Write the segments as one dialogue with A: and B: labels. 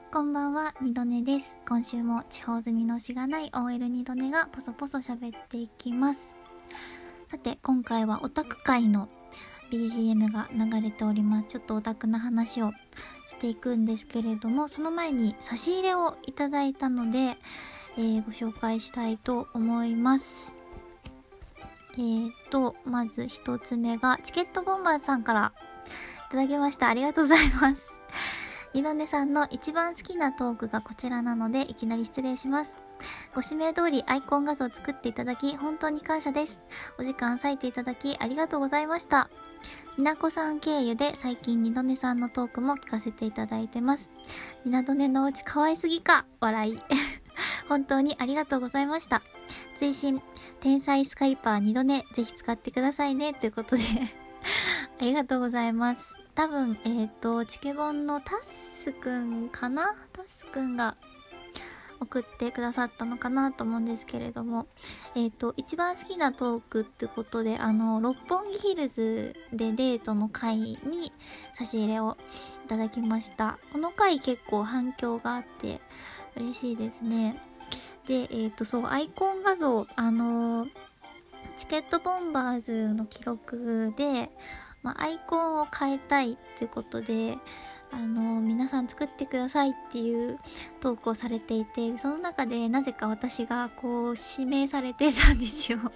A: こんばんは、二度寝です。今週も地方住みのしがない OL 二度寝がポソポソ喋っていきます。さて、今回はオタク界の BGM が流れております。ちょっとオタクな話をしていくんですけれども、その前に差し入れをいただいたので、ご紹介したいと思います。まず一つ目がチケットボンバーズさんからいただきました。ありがとうございます。二度寝さんの一番好きなトークがこちらなのでいきなり失礼します。ご指名通りアイコン画像を作っていただき本当に感謝です。お時間割いていただきありがとうございました。になこさん経由で最近二度寝さんのトークも聞かせていただいてます。二度寝のおうち可愛すぎか笑い本当にありがとうございました。追伸天才スカイパー二度寝ぜひ使ってくださいねということでありがとうございます。多分チケボンのタッスくんかな、タッスくんが送ってくださったのかなと思うんですけれども、一番好きなトークってことで六本木ヒルズでデートの回に差し入れをいただきました。この回結構反響があって嬉しいですね。でそうアイコン画像チケットボンバーズの記録で、アイコンを変えたいということで皆さん作ってくださいっていうトークをされていて、その中でなぜか私がこう指名されてたんですよ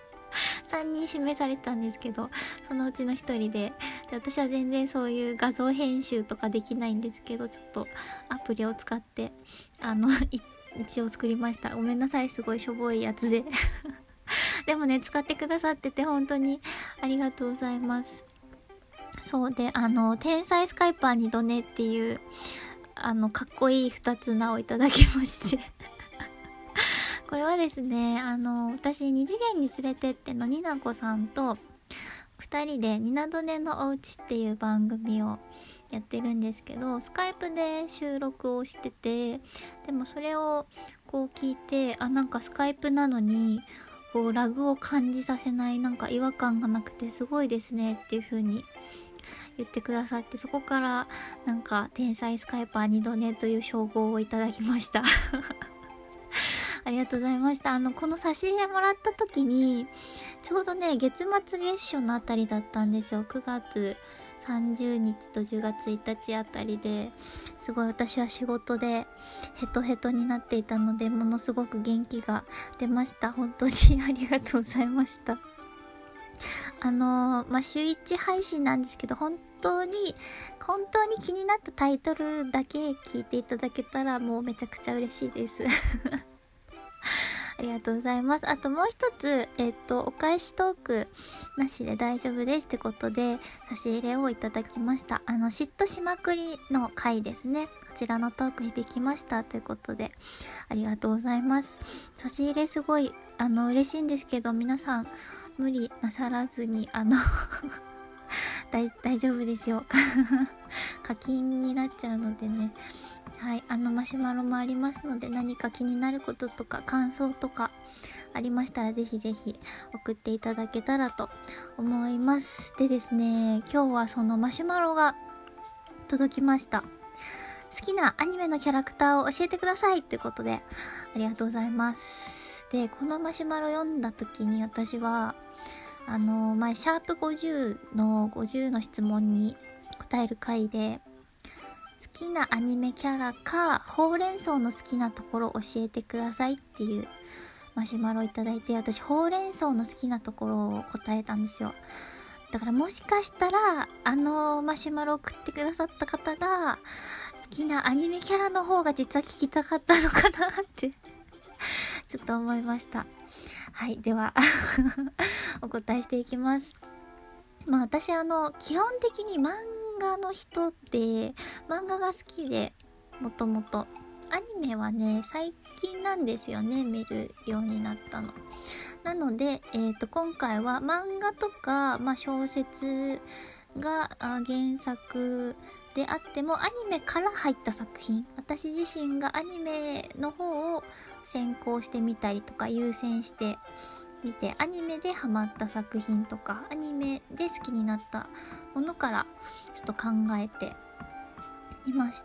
A: 3人指名されてたんですけど、そのうちの1人で私は全然そういう画像編集とかできないんですけど、ちょっとアプリを使って一応作りました。ごめんなさい、すごいしょぼいやつででもね、使ってくださってて本当にありがとうございます。そうで、天才スカイパー二度寝っていうかっこいい2つ名をいただきましてこれはですね、私二次元に連れてってのになこさんと2人でニナドネのおうちっていう番組をやってるんですけど、スカイプで収録をしてて、でもそれをこう聞いて、なんかスカイプなのにこうラグを感じさせない、なんか違和感がなくてすごいですねっていう風に言ってくださって、そこからなんか天才スカイパー二度寝という称号をいただきましたありがとうございました。この差し入れもらった時にちょうどね、月末月初のあたりだったんですよ。9月30日と10月1日あたりで、すごい私は仕事でヘトヘトになっていたので、ものすごく元気が出ました。本当にありがとうございました。週1配信なんですけど、本当に気になったタイトルだけ聞いていただけたらもうめちゃくちゃ嬉しいですありがとうございます。あともう一つ、お返しトークなしで大丈夫ですってことで差し入れをいただきました。嫉妬しまくりの回ですね。こちらのトーク響きましたということでありがとうございます。差し入れすごい嬉しいんですけど、皆さん無理なさらずに大丈夫ですよ課金になっちゃうのでね。はい、マシュマロもありますので、何か気になることとか感想とかありましたらぜひぜひ送っていただけたらと思います。でですね、今日はそのマシュマロが届きました。好きなアニメのキャラクターを教えてくださいということでありがとうございます。で、このマシュマロ読んだ時に私は前シャープ50の50の質問に答える回で、好きなアニメキャラかほうれん草の好きなところ教えてくださいっていうマシュマロをいただいて、私ほうれん草の好きなところを答えたんですよ。だからもしかしたらマシュマロを送ってくださった方が好きなアニメキャラの方が実は聞きたかったのかなってちょっと思いました。はい、ではお答えしていきます。私基本的に漫画の人で漫画が好きで、もともとアニメはね最近なんですよね、見るようになったの。なので、今回は漫画とか、小説が原作であってもアニメから入った作品、私自身がアニメの方を先行してみたりとか優先して見て、アニメでハマった作品とかアニメで好きになったものからちょっと考えていました。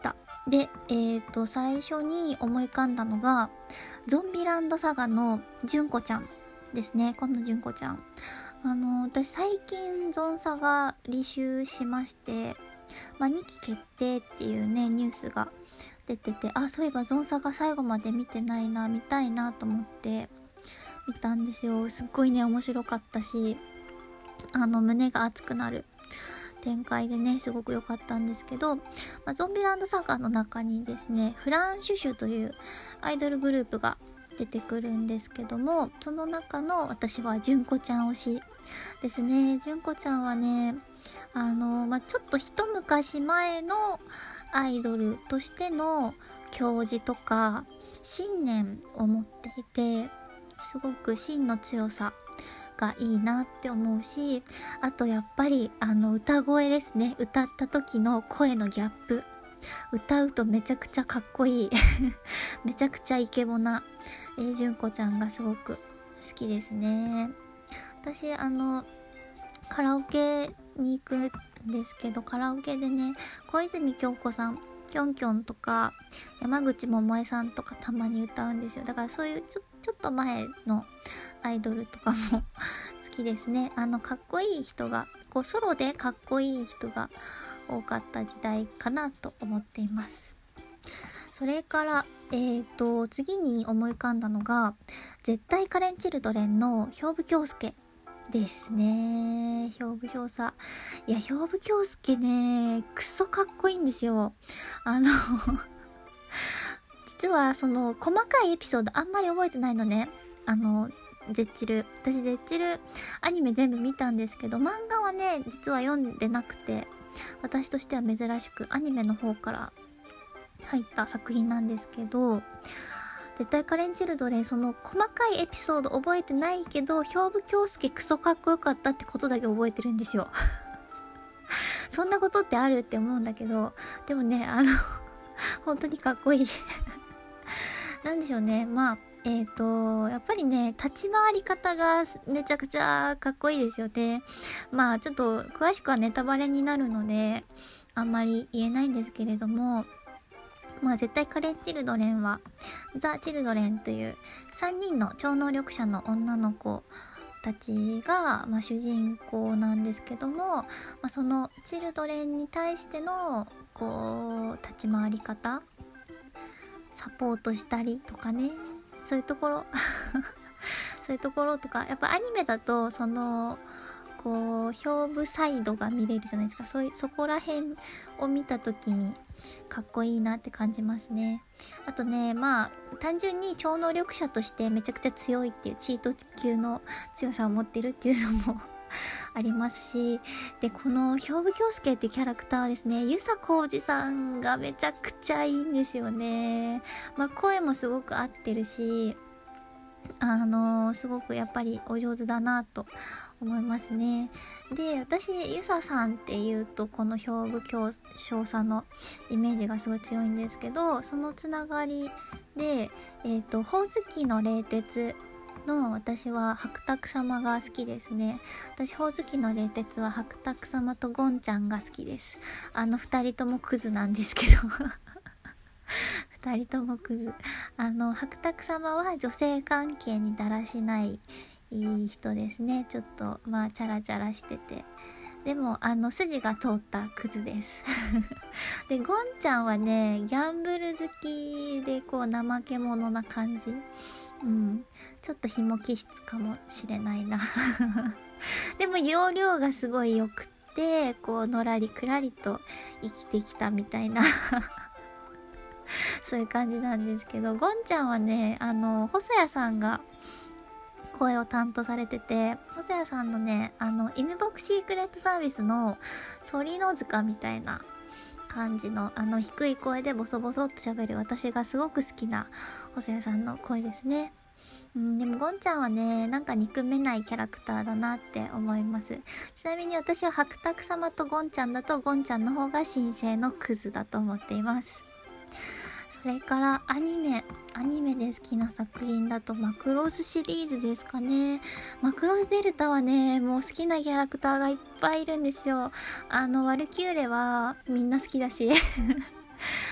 A: で、最初に思い浮かんだのが、ゾンビランドサガの純子ちゃんですね。この純子ちゃん。私最近ゾンサガ履修しまして、2期決定っていうね、ニュースが出てて、そういえばゾンサガ最後まで見てないな、見たいなと思って見たんですよ。すっごいね、面白かったし、胸が熱くなる展開でね、すごく良かったんですけど、ゾンビランドサガの中にですね、フランシュシュというアイドルグループが出てくるんですけども、その中の私は純子ちゃん推しですね。純子ちゃんはね、ちょっと一昔前のアイドルとしての矜持とか信念を持っていて、すごく芯の強さがいいなって思うし、あとやっぱり歌声ですね。歌った時の声のギャップ、歌うとめちゃくちゃかっこいいめちゃくちゃイケボな純子ちゃんがすごく好きですね。私カラオケに行くんですけど、カラオケでね、小泉京子さん、キョンキョンとか山口百恵さんとかたまに歌うんですよ。だからそういうちょっと前のアイドルとかも好きですね。かっこいい人が、ソロでかっこいい人が多かった時代かなと思っています。それから次に思い浮かんだのが、絶対カレンチルドレンの兵部京介ですね。兵部少佐。いや、兵部京介ね、クソかっこいいんですよ。実はその細かいエピソードあんまり覚えてないのね。私ゼッチルアニメ全部見たんですけど、漫画はね、実は読んでなくて、私としては珍しくアニメの方から入った作品なんですけど、絶対カレンチルドレン、その細かいエピソード覚えてないけど、兵部京介クソかっこよかったってことだけ覚えてるんですよそんなことってあるって思うんだけど、でもね、本当にかっこいいなんでしょうね。やっぱりね、立ち回り方がめちゃくちゃかっこいいですよね。ちょっと詳しくはネタバレになるのであんまり言えないんですけれども、絶対カレンチルドレンはザ・チルドレンという3人の超能力者の女の子たちが、主人公なんですけども、そのチルドレンに対しての立ち回り方、サポートしたりとかね、そういうところそういうところとか、やっぱアニメだとその兵部サイドが見れるじゃないですか。そこら辺を見た時にかっこいいなって感じますね。あとね、単純に超能力者としてめちゃくちゃ強いっていう、チート級の強さを持ってるっていうのもありますし、でこの兵部京介っていうキャラクターはですね、遊佐浩二さんがめちゃくちゃいいんですよね。声もすごく合ってるし、すごくやっぱりお上手だなと思いますね。で、私遊佐さんっていうとこの兵部少佐のイメージがすごい強いんですけど、そのつながりでほおずきの冷徹の私は白沢様が好きですね。私ほおずきの冷徹は白沢様とゴンちゃんが好きです。二人ともクズなんですけど二人ともクズ。白沢様は女性関係にだらしないいい人ですね。ちょっとチャラチャラしてて、でも筋が通ったクズですでゴンちゃんはね、ギャンブル好きで怠け者な感じ、ちょっとひも気質かもしれないなでも容量がすごい良くってのらりくらりと生きてきたみたいなそういう感じなんですけど、ゴンちゃんはね、細谷さんが声を担当されてて、細谷さんのね、犬ボクシークレットサービスのソリノ塚みたいな感じの低い声でボソボソっと喋る、私がすごく好きな細谷さんの声ですね。でもゴンちゃんはね、なんか憎めないキャラクターだなって思います。ちなみに私は白沢様とゴンちゃんだとゴンちゃんの方が神聖のクズだと思っています。それからアニメで好きな作品だとマクロスシリーズですかね。マクロスデルタはね、もう好きなキャラクターがいっぱいいるんですよ。ワルキューレはみんな好きだし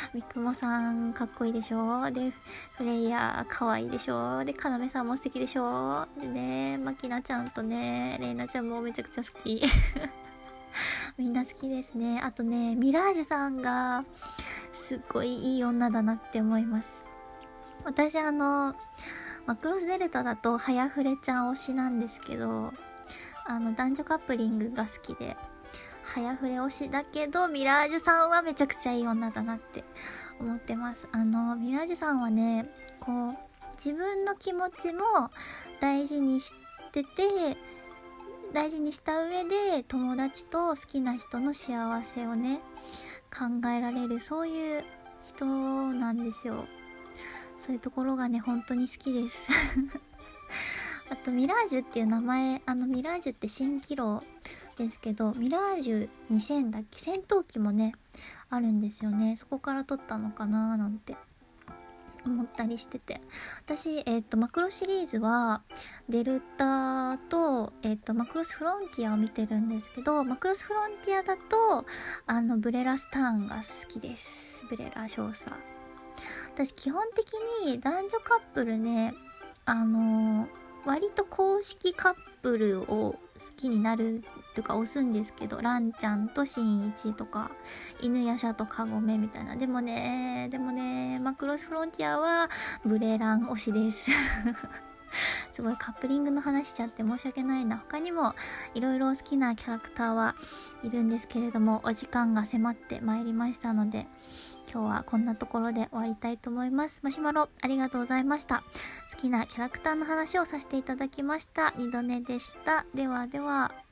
A: 三雲さんかっこいいでしょ。でフレイヤーかわいいでしょ。でかなめさんも素敵でしょ。でねまきなちゃんとねれいなちゃんもめちゃくちゃ好きみんな好きですね。あとねミラージュさんがすっごいいい女だなって思います。私マクロスデルタだとはやふれちゃん推しなんですけど、男女カップリングが好きではやふれ推しだけど、ミラージュさんはめちゃくちゃいい女だなって思ってます。ミラージュさんはねこう自分の気持ちも大事にしてて、大事にした上で友達と好きな人の幸せをね考えられる、そういう人なんですよ。そういうところがね本当に好きですあとミラージュっていう名前、ミラージュって蜃気楼ですけど、ミラージュ2000だっけ、戦闘機もねあるんですよね。そこから撮ったのかななんて思ったりしてて、私マクロシリーズはデルタとマクロスフロンティアを見てるんですけど、マクロスフロンティアだとブレラスターンが好きです。ブレラ少佐。私基本的に男女カップルね割と公式カップルを好きになるとか押すんですけど、ランちゃんとしんいちとか犬夜叉とカゴメみたいな。でもねマクロスフロンティアはブレラン推しですすごいカップリングの話しちゃって申し訳ないな。他にもいろいろ好きなキャラクターはいるんですけれども、お時間が迫ってまいりましたので今日はこんなところで終わりたいと思います。マシュマロありがとうございました。好きなキャラクターの話をさせていただきました。二度寝でした。ではでは。